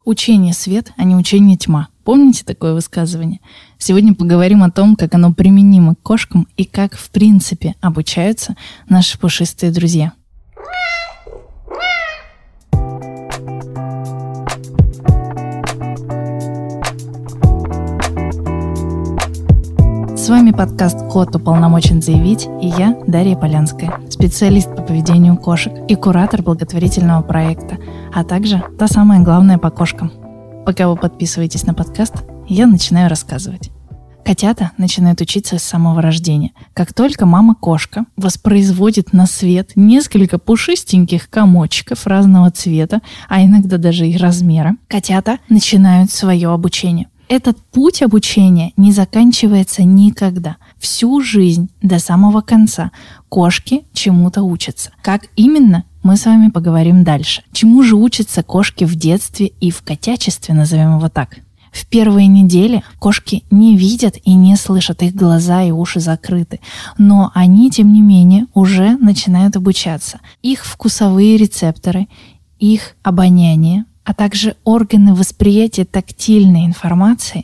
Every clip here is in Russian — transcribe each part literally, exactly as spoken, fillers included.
Учение свет, а не учение тьма. Помните такое высказывание? Сегодня поговорим о том, как оно применимо к кошкам и как, в принципе, обучаются наши пушистые друзья. С вами подкаст «Кот уполномочен заявить» и я, Дарья Полянская, специалист по поведению кошек и куратор благотворительного проекта, а также та самая главная по кошкам. Пока вы подписываетесь на подкаст, я начинаю рассказывать. Котята начинают учиться с самого рождения. Как только мама-кошка воспроизводит на свет несколько пушистеньких комочков разного цвета, а иногда даже и размера, котята начинают свое обучение. Этот путь обучения не заканчивается никогда. Всю жизнь до самого конца кошки чему-то учатся. Как именно, мы с вами поговорим дальше. Чему же учатся кошки в детстве и в котячестве, назовем его так? В первые недели кошки не видят и не слышат, их глаза и уши закрыты. Но они, тем не менее, уже начинают обучаться. Их вкусовые рецепторы, их обоняние, а также органы восприятия тактильной информации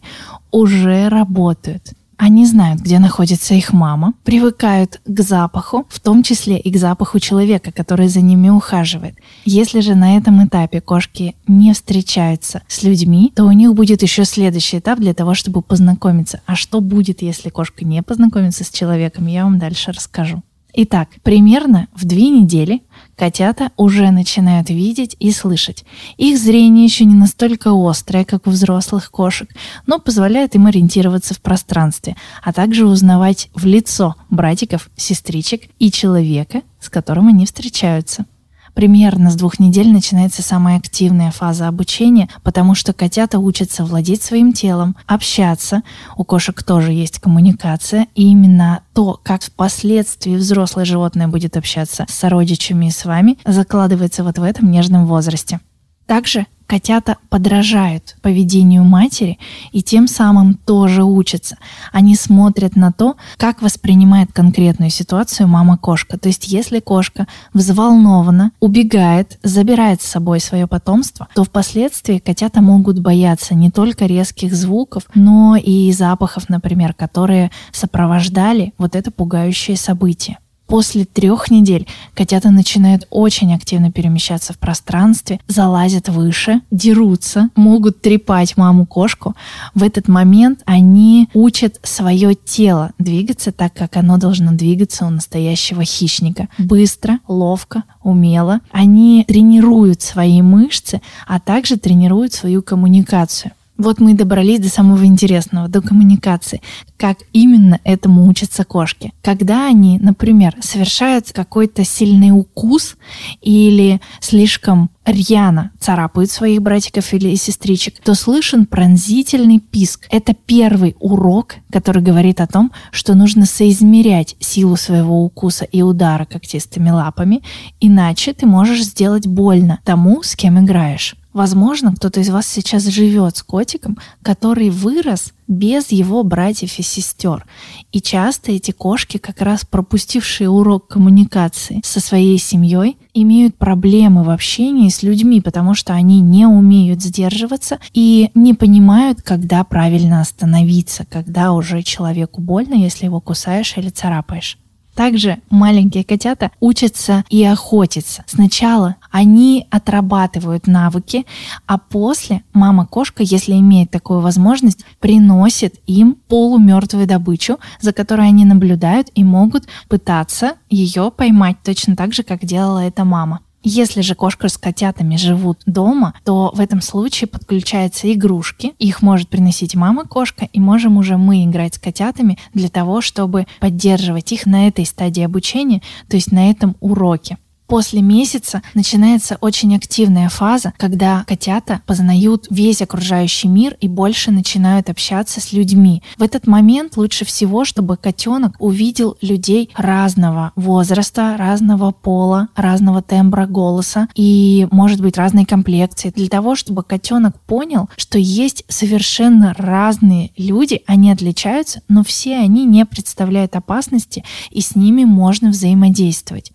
уже работают. Они знают, где находится их мама, привыкают к запаху, в том числе и к запаху человека, который за ними ухаживает. Если же на этом этапе кошки не встречаются с людьми, то у них будет еще следующий этап для того, чтобы познакомиться. А что будет, если кошка не познакомится с человеком, я вам дальше расскажу. Итак, примерно в две недели котята уже начинают видеть и слышать. Их зрение еще не настолько острое, как у взрослых кошек, но позволяет им ориентироваться в пространстве, а также узнавать в лицо братиков, сестричек и человека, с которым они встречаются. Примерно с двух недель начинается самая активная фаза обучения, потому что котята учатся владеть своим телом, общаться, у кошек тоже есть коммуникация, и именно то, как впоследствии взрослое животное будет общаться с сородичами и с вами, закладывается вот в этом нежном возрасте. Также котята подражают поведению матери и тем самым тоже учатся. Они смотрят на то, как воспринимает конкретную ситуацию мама-кошка. То есть если кошка взволнована, убегает, забирает с собой свое потомство, то впоследствии котята могут бояться не только резких звуков, но и запахов, например, которые сопровождали вот это пугающее событие. После трех недель котята начинают очень активно перемещаться в пространстве, залазят выше, дерутся, могут трепать маму-кошку. В этот момент они учат свое тело двигаться так, как оно должно двигаться у настоящего хищника. Быстро, ловко, умело. Они тренируют свои мышцы, а также тренируют свою коммуникацию. Вот мы и добрались до самого интересного, до коммуникации. Как именно этому учатся кошки? Когда они, например, совершают какой-то сильный укус или слишком рьяно царапают своих братиков или сестричек, то слышен пронзительный писк. Это первый урок, который говорит о том, что нужно соизмерять силу своего укуса и удара когтистыми лапами, иначе ты можешь сделать больно тому, с кем играешь. Возможно, кто-то из вас сейчас живет с котиком, который вырос без его братьев и сестер. И часто эти кошки, как раз пропустившие урок коммуникации со своей семьей, имеют проблемы в общении с людьми, потому что они не умеют сдерживаться и не понимают, когда правильно остановиться, когда уже человеку больно, если его кусаешь или царапаешь. Также маленькие котята учатся и охотиться. Сначала они отрабатывают навыки, а после мама-кошка, если имеет такую возможность, приносит им полумертвую добычу, за которой они наблюдают и могут пытаться ее поймать точно так же, как делала эта мама. Если же кошка с котятами живут дома, то в этом случае подключаются игрушки. Их может приносить мама-кошка, и можем уже мы играть с котятами для того, чтобы поддерживать их на этой стадии обучения, то есть на этом уроке. После месяца начинается очень активная фаза, когда котята познают весь окружающий мир и больше начинают общаться с людьми. В этот момент лучше всего, чтобы котенок увидел людей разного возраста, разного пола, разного тембра голоса и, может быть, разной комплекции, для того, чтобы котенок понял, что есть совершенно разные люди, они отличаются, но все они не представляют опасности, и с ними можно взаимодействовать.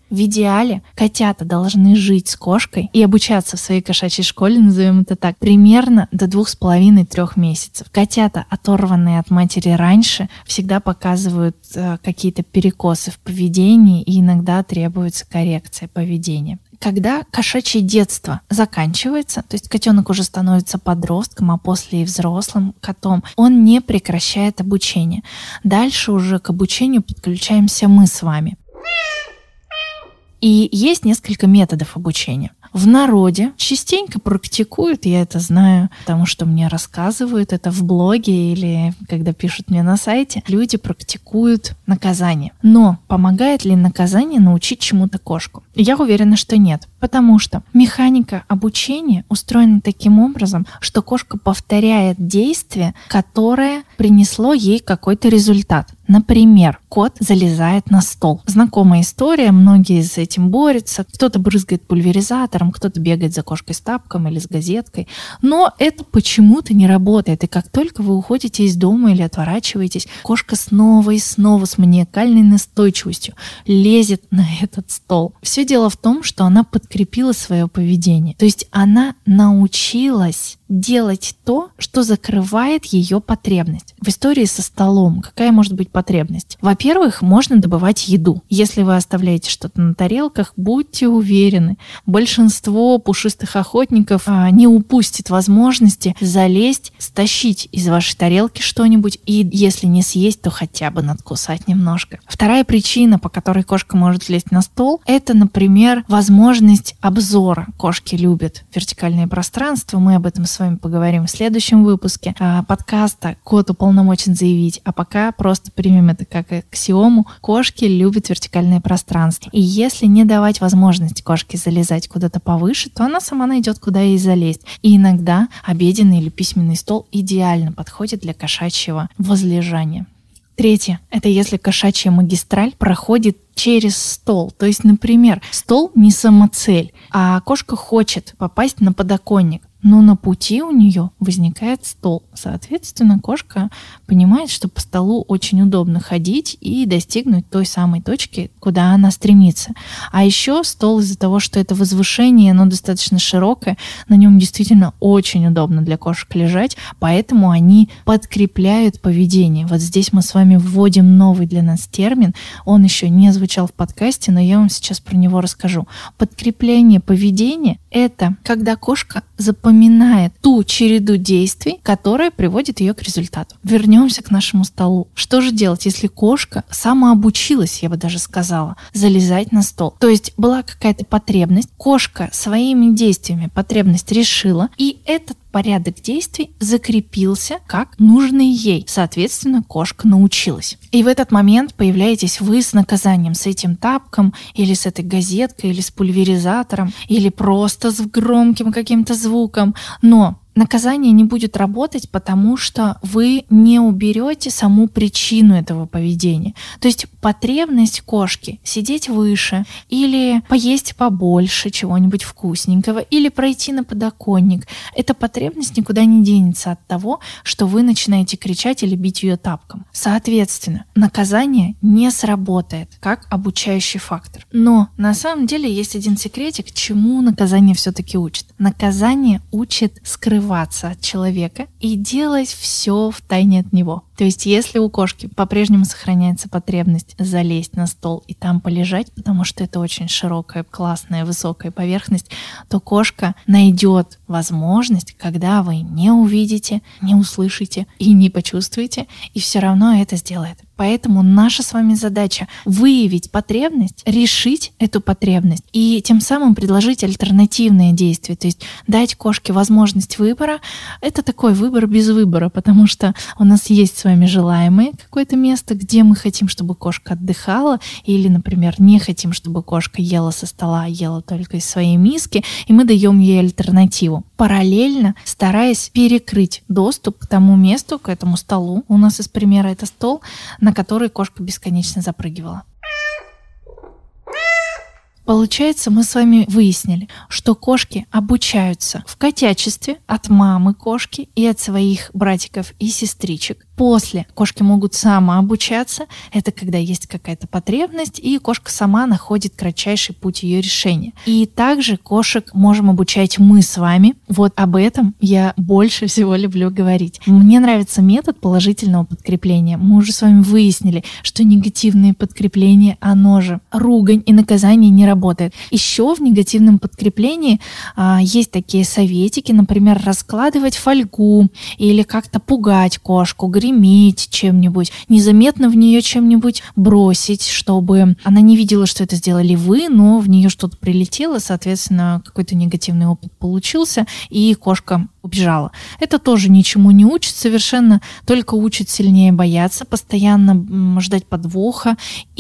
В идеале котята должны жить с кошкой и обучаться в своей кошачьей школе, назовем это так, примерно до двух с половиной-трех месяцев. Котята, оторванные от матери раньше, всегда показывают э, какие-то перекосы в поведении, и иногда требуется коррекция поведения. Когда кошачье детство заканчивается, то есть котенок уже становится подростком, а после и взрослым котом, он не прекращает обучение. Дальше уже к обучению подключаемся мы с вами. И есть несколько методов обучения. В народе частенько практикуют, я это знаю, потому что мне рассказывают это в блоге или когда пишут мне на сайте, люди практикуют наказание. Но помогает ли наказание научить чему-то кошку? Я уверена, что нет, потому что механика обучения устроена таким образом, что кошка повторяет действие, которое принесло ей какой-то результат. Например, кот залезает на стол. Знакомая история, многие с этим борются. Кто-то брызгает пульверизатором, кто-то бегает за кошкой с тапком или с газеткой. Но это почему-то не работает. И как только вы уходите из дома или отворачиваетесь, кошка снова и снова с маниакальной настойчивостью лезет на этот стол. Все дело в том, что она подкрепила свое поведение. То есть она научилась делать то, что закрывает ее потребность. В истории со столом какая может быть потребность? Во-первых, можно добывать еду. Если вы оставляете что-то на тарелках, будьте уверены, большинство пушистых охотников а, не упустит возможности залезть, стащить из вашей тарелки что-нибудь и, если не съесть, то хотя бы надкусать немножко. Вторая причина, по которой кошка может лезть на стол, это, например, возможность обзора. Кошки любят вертикальное пространство, мы об этом с вами поговорим в следующем выпуске а, подкаста «Кот уполномочен заявить», а пока просто примем это как аксиому. Кошки любят вертикальное пространство. И если не давать возможности кошке залезать куда-то повыше, то она сама найдет, куда ей залезть. И иногда обеденный или письменный стол идеально подходит для кошачьего возлежания. Третье. Это если кошачья магистраль проходит через стол. То есть, например, стол не самоцель, а кошка хочет попасть на подоконник. Но на пути у нее возникает стол. Соответственно, кошка понимает, что по столу очень удобно ходить и достигнуть той самой точки, куда она стремится. А еще стол из-за того, что это возвышение, оно достаточно широкое, на нем действительно очень удобно для кошек лежать, поэтому они подкрепляют поведение. Вот здесь мы с вами вводим новый для нас термин, он еще не звучал в подкасте, но я вам сейчас про него расскажу. Подкрепление поведения — это когда кошка запоминает Запоминает ту череду действий, которая приводит ее к результату. Вернемся к нашему столу. Что же делать, если кошка самообучилась, я бы даже сказала, залезать на стол? То есть была какая-то потребность, кошка своими действиями потребность решила, и этот порядок действий закрепился как нужный ей. Соответственно, кошка научилась. И в этот момент появляетесь вы с наказанием, с этим тапком, или с этой газеткой, или с пульверизатором, или просто с громким каким-то звуком. Но наказание не будет работать, потому что вы не уберете саму причину этого поведения. То есть потребность кошки сидеть выше или поесть побольше чего-нибудь вкусненького или пройти на подоконник. Эта потребность никуда не денется от того, что вы начинаете кричать или бить ее тапком. Соответственно, наказание не сработает как обучающий фактор. Но на самом деле есть один секретик, чему наказание все-таки учит. Наказание учит скрываться от человека и делать все втайне от него. То есть если у кошки по-прежнему сохраняется потребность залезть на стол и там полежать, потому что это очень широкая, классная, высокая поверхность, то кошка найдет возможность, когда вы не увидите, не услышите и не почувствуете, и все равно это сделает. Поэтому наша с вами задача выявить потребность, решить эту потребность и тем самым предложить альтернативные действия. То есть дать кошке возможность выбора. Это такой выбор без выбора, потому что у нас есть с вами желаемое какое-то место, где мы хотим, чтобы кошка отдыхала, или, например, не хотим, чтобы кошка ела со стола, а ела только из своей миски, и мы даем ей альтернативу. Параллельно стараясь перекрыть доступ к тому месту, к этому столу. У нас из примера это стол, на который кошка бесконечно запрыгивала. Получается, мы с вами выяснили, что кошки обучаются в котячестве от мамы кошки и от своих братиков и сестричек. После кошки могут самообучаться. Это когда есть какая-то потребность, и кошка сама находит кратчайший путь ее решения. И также кошек можем обучать мы с вами. Вот об этом я больше всего люблю говорить. Мне нравится метод положительного подкрепления. Мы уже с вами выяснили, что негативное подкрепление, оно же ругань и наказание не работает. Еще в негативном подкреплении а, есть такие советики, например, раскладывать фольгу или как-то пугать кошку, греметь чем-нибудь, незаметно в нее чем-нибудь бросить, чтобы она не видела, что это сделали вы, но в нее что-то прилетело, соответственно, какой-то негативный опыт получился, и кошка убежала. Это тоже ничему не учит совершенно, только учит сильнее бояться, постоянно ждать подвоха,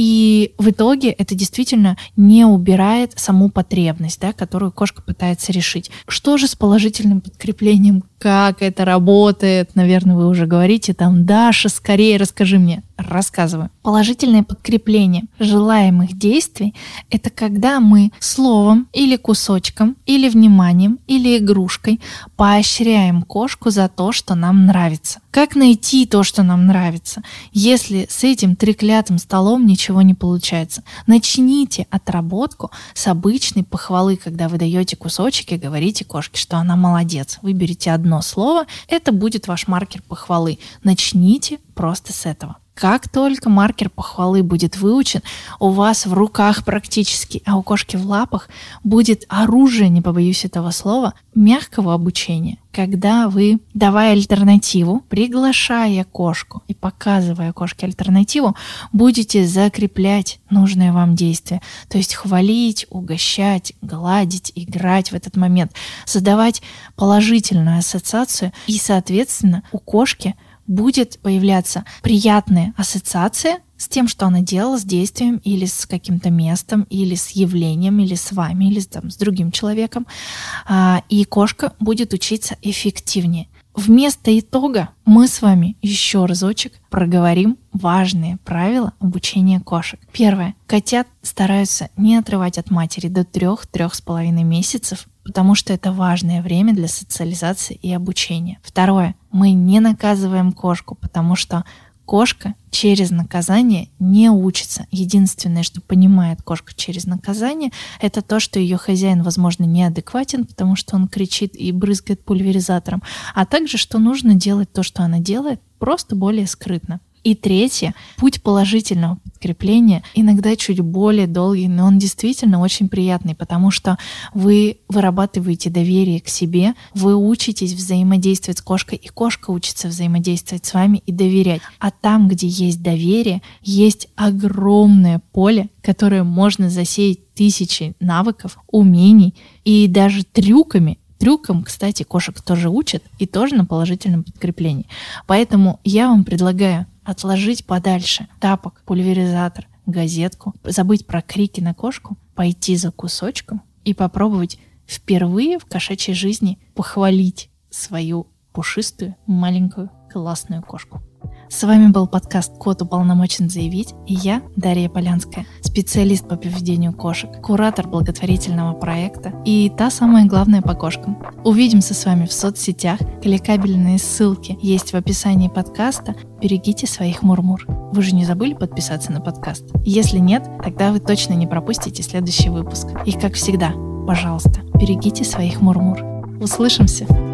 и в итоге это действительно не убирает саму потребность, да, которую кошка пытается решить. Что же с положительным подкреплением? Как это работает? Наверное, вы уже говорите там: Даша, скорее расскажи мне. Рассказываю. Положительное подкрепление желаемых действий – это когда мы словом или кусочком, или вниманием, или игрушкой поощряем кошку за то, что нам нравится. Как найти то, что нам нравится, если с этим треклятым столом ничего не получается? Начните отработку с обычной похвалы, когда вы даете кусочек и говорите кошке, что она молодец. Выберите одно слово, это будет ваш маркер похвалы. Начните просто с этого. Как только маркер похвалы будет выучен, у вас в руках практически, а у кошки в лапах, будет оружие, не побоюсь этого слова, мягкого обучения. Когда вы, давая альтернативу, приглашая кошку и показывая кошке альтернативу, будете закреплять нужное вам действие. То есть хвалить, угощать, гладить, играть в этот момент, создавать положительную ассоциацию, и, соответственно, у кошки будет появляться приятная ассоциация с тем, что она делала, с действием или с каким-то местом, или с явлением, или с вами, или там, с другим человеком. И кошка будет учиться эффективнее. Вместо итога мы с вами еще разочек проговорим важные правила обучения кошек. Первое. Котят стараются не отрывать от матери до трех-трех с половиной месяцев, потому что это важное время для социализации и обучения. Второе. Мы не наказываем кошку, потому что кошка через наказание не учится. Единственное, что понимает кошка через наказание, это то, что ее хозяин, возможно, неадекватен, потому что он кричит и брызгает пульверизатором, а также, что нужно делать то, что она делает, просто более скрытно. И третье, путь положительного подкрепления иногда чуть более долгий, но он действительно очень приятный, потому что вы вырабатываете доверие к себе, вы учитесь взаимодействовать с кошкой, и кошка учится взаимодействовать с вами и доверять. А там, где есть доверие, есть огромное поле, которое можно засеять тысячи навыков, умений и даже трюками. Трюкам, кстати, кошек тоже учат, и тоже на положительном подкреплении. Поэтому я вам предлагаю отложить подальше тапок, пульверизатор, газетку, забыть про крики на кошку, пойти за кусочком и попробовать впервые в кошачьей жизни похвалить свою пушистую, маленькую, классную кошку. С вами был подкаст «Кот уполномочен заявить», и я, Дарья Полянская, специалист по поведению кошек, куратор благотворительного проекта и та самая главная по кошкам. Увидимся с вами в соцсетях, кликабельные ссылки есть в описании подкаста. Берегите своих мурмур. Вы же не забыли подписаться на подкаст? Если нет, тогда вы точно не пропустите следующий выпуск. И как всегда, пожалуйста, берегите своих мурмур. Услышимся!